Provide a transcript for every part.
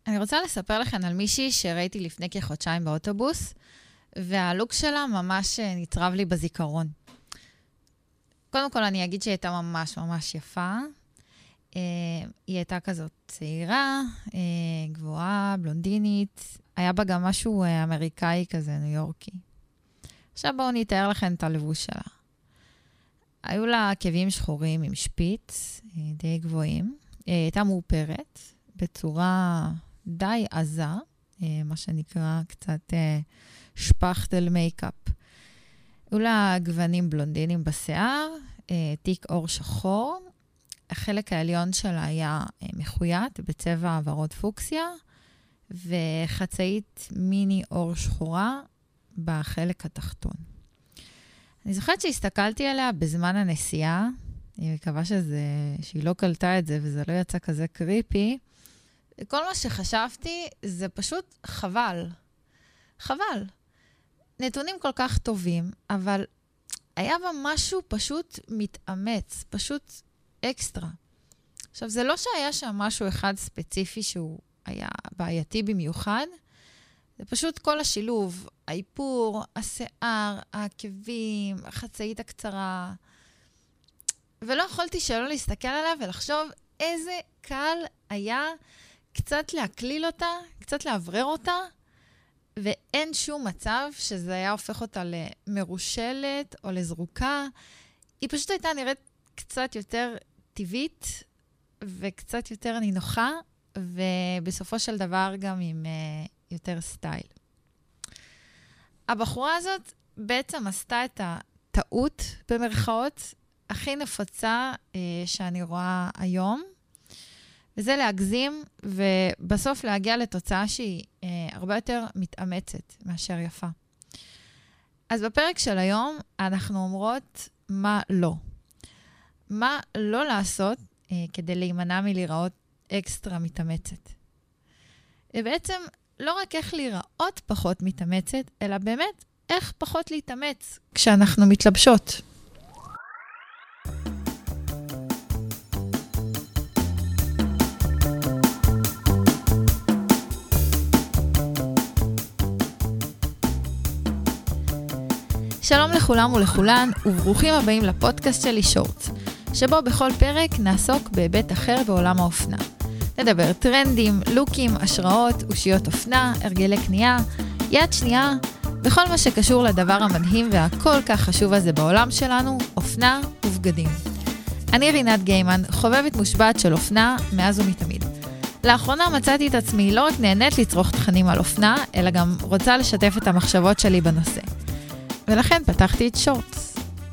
אני רוצה לספר לכם על מישהי שראיתי לפני כחודשיים באוטובוס, והלוק שלה ממש נצרב לי בזיכרון. קודם כל אני אגיד שהיא הייתה ממש ממש יפה. היא הייתה כזאת צעירה, גבוהה, בלונדינית. היה בה גם משהו אמריקאי כזה, ניו יורקי. עכשיו בואו נתאר לכם את הלבוש שלה. היו לה עקבים שחורים עם שפיץ, די גבוהים. היא הייתה מאופרת בצורה די עזה, מה שנקרא קצת שפכטל מייקאפ. היו לה גוונים בלונדינים בשיער, תיק אור שחור. החלק העליון שלה היה מחוית בצבע ורוד פוקסיה, וחצאית מיני אור שחורה בחלק התחתון. אני זוכרת שהסתכלתי עליה בזמן הנסיעה, אני מקווה שהיא לא קלטה את זה וזה לא יצא כזה קריפי. כל מה שחשבתי זה פשוט חבל. חבל. נתונים כל כך טובים, אבל היה בה משהו פשוט מתאמץ, פשוט אקסטרה. עכשיו, זה לא שהיה שם משהו אחד ספציפי שהוא היה בעייתי במיוחד, זה פשוט כל השילוב, האיפור, השיער, העקבים, החצאית הקצרה, ולא יכולתי שלא להסתכל עליה ולחשוב איזה קל היה קצת להקליל אותה, קצת לעברר אותה, ואין שום מצב שזה היה הופך אותה למרושלת או לזרוקה. היא פשוט הייתה נראית קצת יותר טבעית וקצת יותר נינוחה, ובסופו של דבר גם עם יותר סטייל. הבחורה הזאת בעצם עשתה את הטעות במרכאות הכי נפוצה שאני רואה היום, וזה להגזים ובסוף להגיע לתוצאה שהיא הרבה יותר מתאמצת מאשר יפה. אז בפרק של היום אנחנו אומרות מה לא. מה לא לעשות כדי להימנע מלהיראות אקסטרה מתאמצת. ובעצם לא רק איך להיראות פחות מתאמצת, אלא באמת איך פחות להתאמץ כשאנחנו מתלבשות. שלום לכולם ולכולן, וברוכים הבאים לפודקאסט שלי שורטס, שבו בכל פרק נעסוק בהיבט אחר בעולם האופנה. נדבר טרנדים, לוקים, השראות, אושיות אופנה, הרגלי קנייה, יד שנייה, וכל מה שקשור לדבר המדהים והכל כך חשוב הזה בעולם שלנו, אופנה ובגדים. אני רינת גיימן, חובבת מושבעת של אופנה מאז ומתמיד. לאחרונה מצאתי את עצמי לא רק נהנית לצרוך תכנים על אופנה, אלא גם רוצה לשתף את המחשבות שלי בנושא. ולכן פתחתי את שורטס.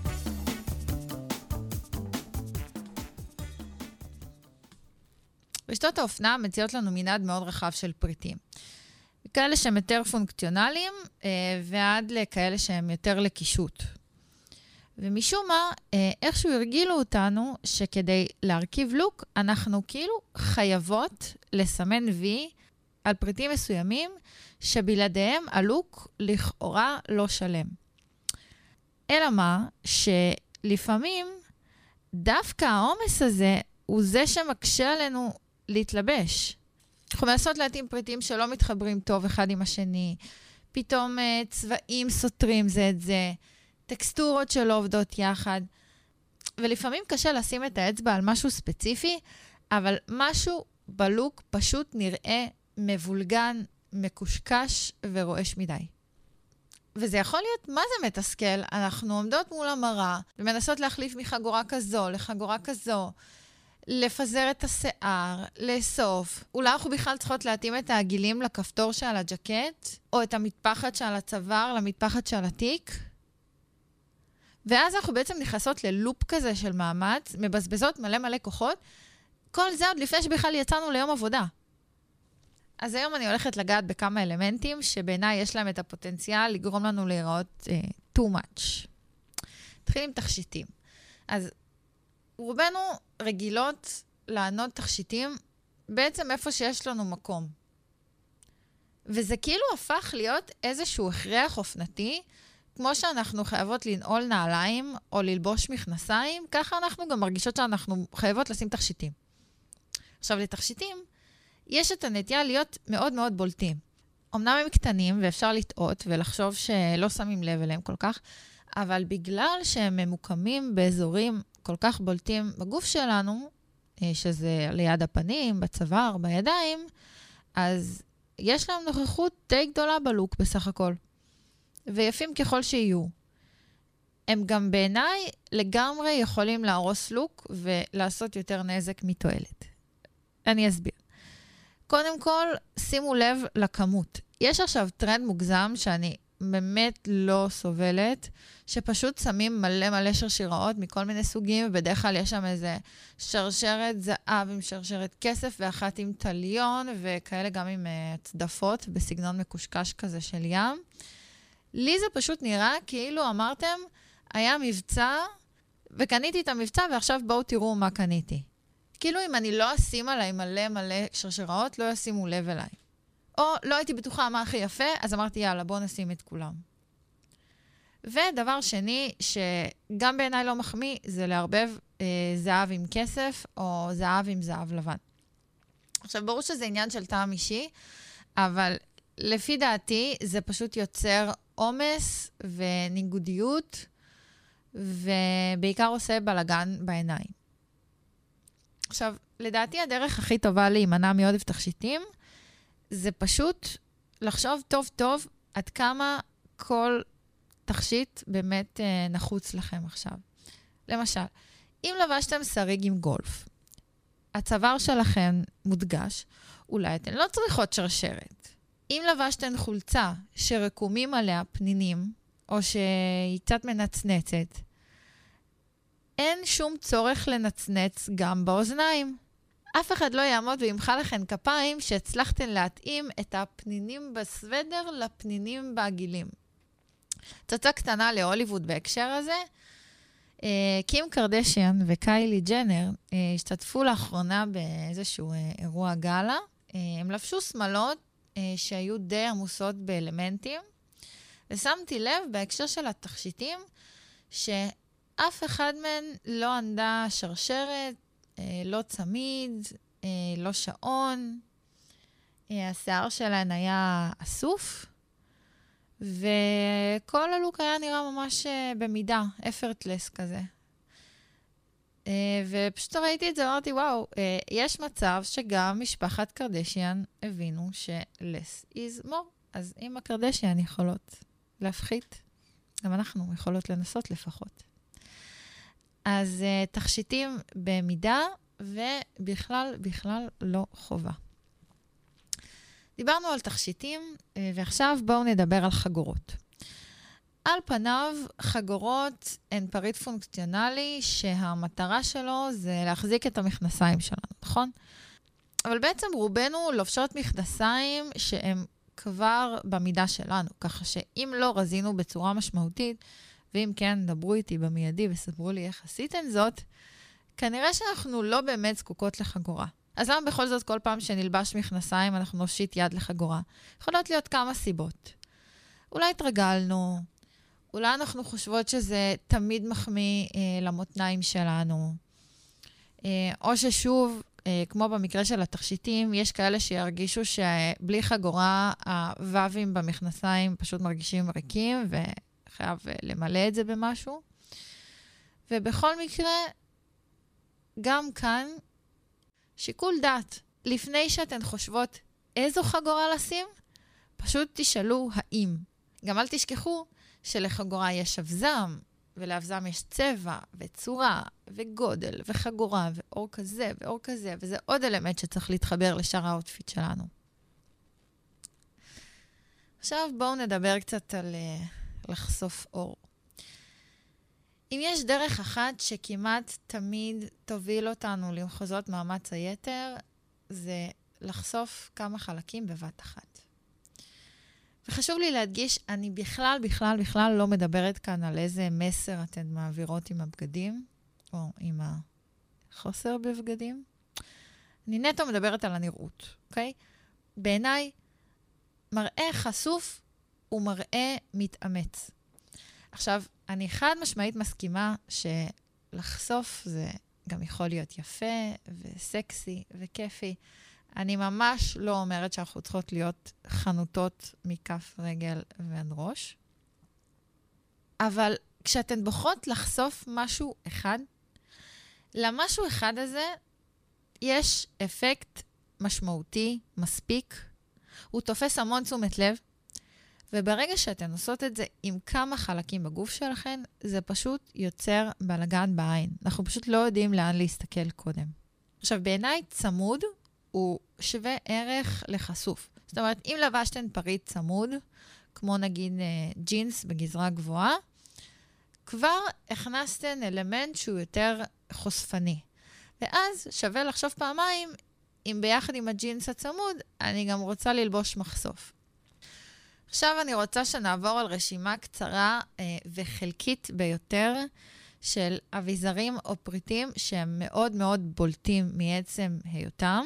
רשתות האופנה מציעות לנו מנעד מאוד רחב של פריטים. כאלה שהם יותר פונקציונליים, ועד לכאלה שהם יותר לקישוט. ומשום מה, איכשהו הרגילו אותנו שכדי להרכיב לוק, אנחנו כאילו חייבות לסמן וי על פריטים מסוימים, שבלעדיהם הלוק לכאורה לא שלם. אלא מה? שלפעמים דווקא העומס הזה הוא זה שמקשה עלינו להתלבש. אנחנו מנסות להתאים פריטים שלא מתחברים טוב אחד עם השני, פתאום צבעים סותרים זה את זה, טקסטורות שלא עובדות יחד, ולפעמים קשה לשים את האצבע על משהו ספציפי, אבל משהו בלוק פשוט נראה מבולגן, מקושקש ורועש מדי. וזה יכול להיות, מה זה מתסכל? אנחנו עומדות מול המראה, ומנסות להחליף מחגורה כזו לחגורה כזו, לפזר את השיער, לאסוף. אולי אנחנו בכלל צריכות להתאים את העגילים לכפתור שעל הג'קט, או את המטפחת שעל הצוואר למטפחת שעל התיק. ואז אנחנו בעצם נכנסות ללופ כזה של מאמץ, מבזבזות מלא כוחות. כל זה עוד לפני שבכלל יצאנו ליום עבודה. אז היום אני הולכת לגעת בכמה אלמנטים שבעיניי יש להם את הפוטנציאל לגרום לנו להיראות too much. נתחיל עם תכשיטים. אז רובנו רגילות לענות תכשיטים בעצם איפה שיש לנו מקום. וזה כאילו הפך להיות איזשהו הכרח אופנתי, כמו שאנחנו חייבות לנעול נעליים או ללבוש מכנסיים, ככה אנחנו גם מרגישות שאנחנו חייבות לשים תכשיטים. עכשיו לתכשיטים, יש את הנטייה להיות מאוד מאוד בולטים. אמנם הם קטנים ואפשר לטעות ולחשוב שלא שמים לב אליהם כל כך, אבל בגלל שהם ממוקמים באזורים כל כך בולטים בגוף שלנו, שזה ליד הפנים, בצוואר, בידיים, אז יש להם נוכחות די גדולה בלוק בסך הכל. ויפים ככל שיהיו. הם גם בעיניי לגמרי יכולים להרוס לוק ולעשות יותר נזק מתועלת. אני אסביר. קודם כל, שימו לב לכמות. יש עכשיו טרנד מוגזם שאני באמת לא סובלת, שפשוט שמים מלא מלא שרשראות מכל מיני סוגים, ובדרך כלל יש שם איזה שרשרת זהב עם שרשרת כסף, ואחת עם טליון, וכאלה גם עם צדפות בסגנון מקושקש כזה של ים. לי זה פשוט נראה כאילו אמרתם, היה מבצע, וקניתי את המבצע, ועכשיו בואו תראו מה קניתי. כאילו אם אני לא אשים עליי מלא מלא שרשראות, לא ישימו לב אליי. או לא הייתי בטוחה מה הכי יפה, אז אמרתי, יאללה, בואו נשים את כולם. ודבר שני, שגם בעיניי לא מחמיא, זה לערבב זהב עם כסף, או זהב עם זהב לבן. עכשיו, ברור שזה עניין של טעם אישי, אבל לפי דעתי, זה פשוט יוצר עומס וניגודיות, ובעיקר עושה בלגן בעיניים. עכשיו, לדעתי הדרך הכי טובה להימנע מעודף תכשיטים, זה פשוט לחשוב טוב טוב עד כמה כל תכשיט באמת נחוץ לכם עכשיו. למשל, אם לבשתם שריג עם גולף, הצוואר שלכם מודגש, אולי אתן לא צריכות שרשרת. אם לבשתן חולצה שרקומים עליה פנינים, או שהיא קצת מנצנצת, אין שום צורך לנצנץ גם באוזניים. אף אחד לא יעמוד וימחא לכן כפיים שהצלחתן להתאים את הפנינים בסוודר לפנינים בעגילים. צצה קטנה להוליווד בהקשר הזה. קים קרדשיאן וקיילי ג'נר השתתפו לאחרונה באיזשהו אירוע גאלה. הם לבשו שמלות שהיו די עמוסות באלמנטים, ושמתי לב בהקשר של התכשיטים שאף אחד מהן לא ענדה שרשרת, לא צמיד, לא שעון. השיער שלהן היה אסוף, וכל הלוק היה נראה ממש במידה, effortless כזה. ופשוט ראיתי את זה, אמרתי, וואו, יש מצב שגם משפחת קרדשיאן הבינו ש-less is more. אז אם הקרדשיאן יכולות להפחית, גם אנחנו יכולות לנסות לפחות. אז תכשיטים במידה, ובכלל לא חובה. דיברנו על תכשיטים, ועכשיו בואו נדבר על חגורות. על פניו, חגורות הן פריט פונקציונלי, שהמטרה שלו זה להחזיק את המכנסיים שלנו, נכון? אבל בעצם רובנו לובשות מכנסיים שהם כבר במידה שלנו, ככה שאם לא רזינו בצורה משמעותית, ואם כן, דברו איתי במיידי וספרו לי איך עשיתן זאת, כנראה שאנחנו לא באמת זקוקות לחגורה. אז למה בכל זאת כל פעם שנלבש מכנסיים אנחנו נושיט יד לחגורה? יכולות להיות כמה סיבות. אולי התרגלנו, אולי אנחנו חושבות שזה תמיד מחמיא למותניים שלנו, או ששוב, כמו במקרה של התכשיטים, יש כאלה שירגישו שבלי חגורה, הוווים במכנסיים פשוט מרגישים ריקים, וחייב למלא את זה במשהו. ובכל מקרה, גם כאן, שיקול דעת. לפני שאתן חושבות איזו חגורה לשים, פשוט תשאלו האם. גם אל תשכחו שלחגורה יש אבזם, ולאבזם יש צבע וצורה וגודל וחגורה ואור כזה ואור כזה, וזה עוד אלמנט שצריך להתחבר לשאר האוטפיט שלנו. עכשיו בואו נדבר קצת על לחשוף אור. אם יש דרך אחת שכמעט תמיד תוביל אותנו למחוזות מאמץ היתר, זה לחשוף כמה חלקים בבת אחת. וחשוב לי להדגיש, אני בכלל לא מדברת כאן על איזה מסר אתן מעבירות עם הבגדים, או עם החוסר בבגדים. אני נטו מדברת על הנראות, אוקיי? בעיניי, מראה חשוף הוא מראה מתאמץ. עכשיו, אני חד משמעית מסכימה שלחשוף זה גם יכול להיות יפה וסקסי וכיפי. אני ממש לא אומרת שאנחנו צריכות להיות חנותות מכף רגל ועד ראש, אבל כשאתן בוחרות לחשוף משהו אחד, למשהו אחד הזה יש אפקט משמעותי, מספיק, הוא תופס המון תשומת לב, וברגע שאתן עושות את זה עם כמה חלקים בגוף שלכם, זה פשוט יוצר בלגן בעין. אנחנו פשוט לא יודעים לאן להסתכל קודם. עכשיו, בעיניי צמוד הוא שווה ערך לחשוף. זאת אומרת, אם לבשתן פריט צמוד, כמו נגיד ג'ינס בגזרה גבוהה, כבר הכנסתן אלמנט שהוא יותר חושפני. ואז שווה לחשוב פעמיים, אם ביחד עם הג'ינס הצמוד, אני גם רוצה ללבוש מחשוף. עכשיו אני רוצה שנעבור על רשימה קצרה וחלקית ביותר של אביזרים או פריטים שהם מאוד מאוד בולטים מעצם היותם.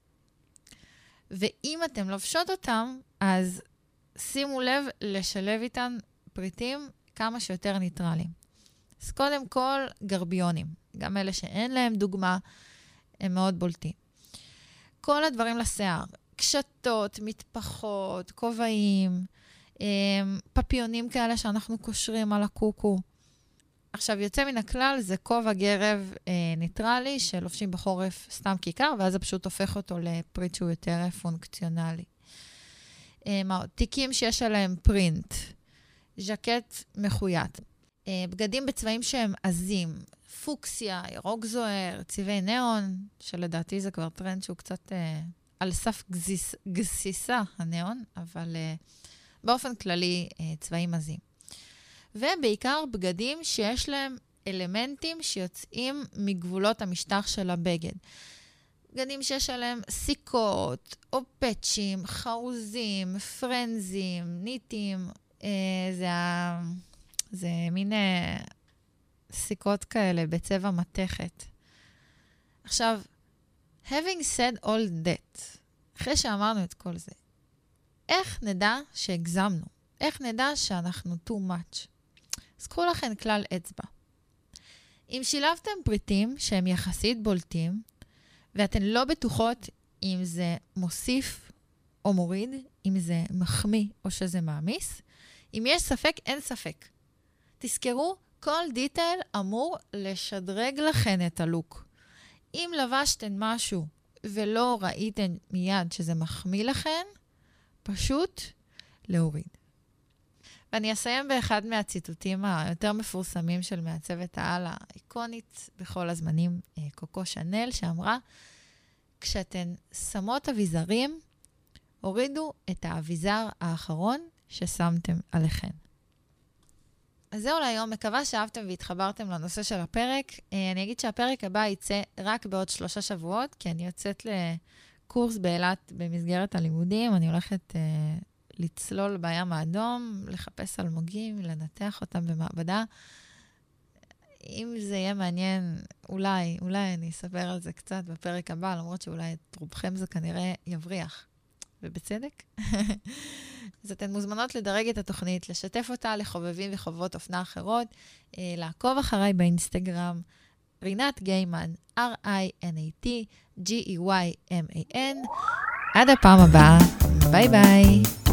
ואם אתם לובשות אותם, אז שימו לב לשלב איתן פריטים כמה שיותר ניטרליים. אז קודם כל, גרביונים. גם אלה שאין להם דוגמה, הם מאוד בולטים. כל הדברים לשיער, קשתות, מטפחות, כובעים, פפיונים כאלה שאנחנו קושרים על הקוקו. עכשיו, יוצא מן הכלל, זה כובע גרב ניטרלי שלובשים בחורף סתם כיכר, ואז זה פשוט הופך אותו לפריט שהוא יותר פונקציונלי. תיקים שיש עליהם פרינט, ז'קט מחויית, בגדים בצבעים שהם עזים, פוקסיה, ירוק זוהר, צבעי ניאון, שלדעתי זה כבר טרנד שהוא קצת על סף גסיסה, הניאון, אבל באופן כללי צבעים עזים. ובעיקר בגדים שיש להם אלמנטים שיוצאים מגבולות המשטח של הבגד. בגדים שיש עליהם סיכות, או פצ'ים, חרוזים, פרנזים, ניטים, זה מין סיכות כאלה בצבע מתכת. עכשיו, having said all that, אחרי שאמרנו את כל זה, איך נדע שהגזמנו? איך נדע שאנחנו too much? אז קחו לכם כלל אצבע. אם שילבתם פריטים שהם יחסית בולטים, ואתן לא בטוחות אם זה מוסיף או מוריד, אם זה מחמיא או שזה מעמיס, אם יש ספק, אין ספק. תזכרו, כל דיטייל אמור לשדרג לכן את הלוק. אם לבשתן משהו ולא ראיתן מיד שזה מחמיא לכן, פשוט להוריד. ואני אסיים באחד מהציטוטים היותר מפורסמים של מעצבת העל האיקונית בכל הזמנים, קוקו שנל, שאמרה, כשאתן שמות אביזרים, הורידו את האביזר האחרון ששמתם עליכן. אז זהו להיום, מקווה שאהבתם והתחברתם לנושא של הפרק. אני אגיד שהפרק הבא יצא רק בעוד 3 שבועות, כי אני יוצאת לקורס באילת במסגרת הלימודים. אני הולכת לצלול בים האדום, לחפש אלמוגים, לנתח אותם במעבדה. אם זה יהיה מעניין, אולי אני אספר על זה קצת בפרק הבא, למרות שאולי את רובכם זה כנראה יבריח. ובצדק. אז אתן מוזמנות לדרג את התוכנית, לשתף אותה לחובבים וחובבות אופנה אחרות, לעקוב אחריי באינסטגרם, רינת גיימן, RINAT GEYMAN. עד הפעם הבאה, ביי ביי.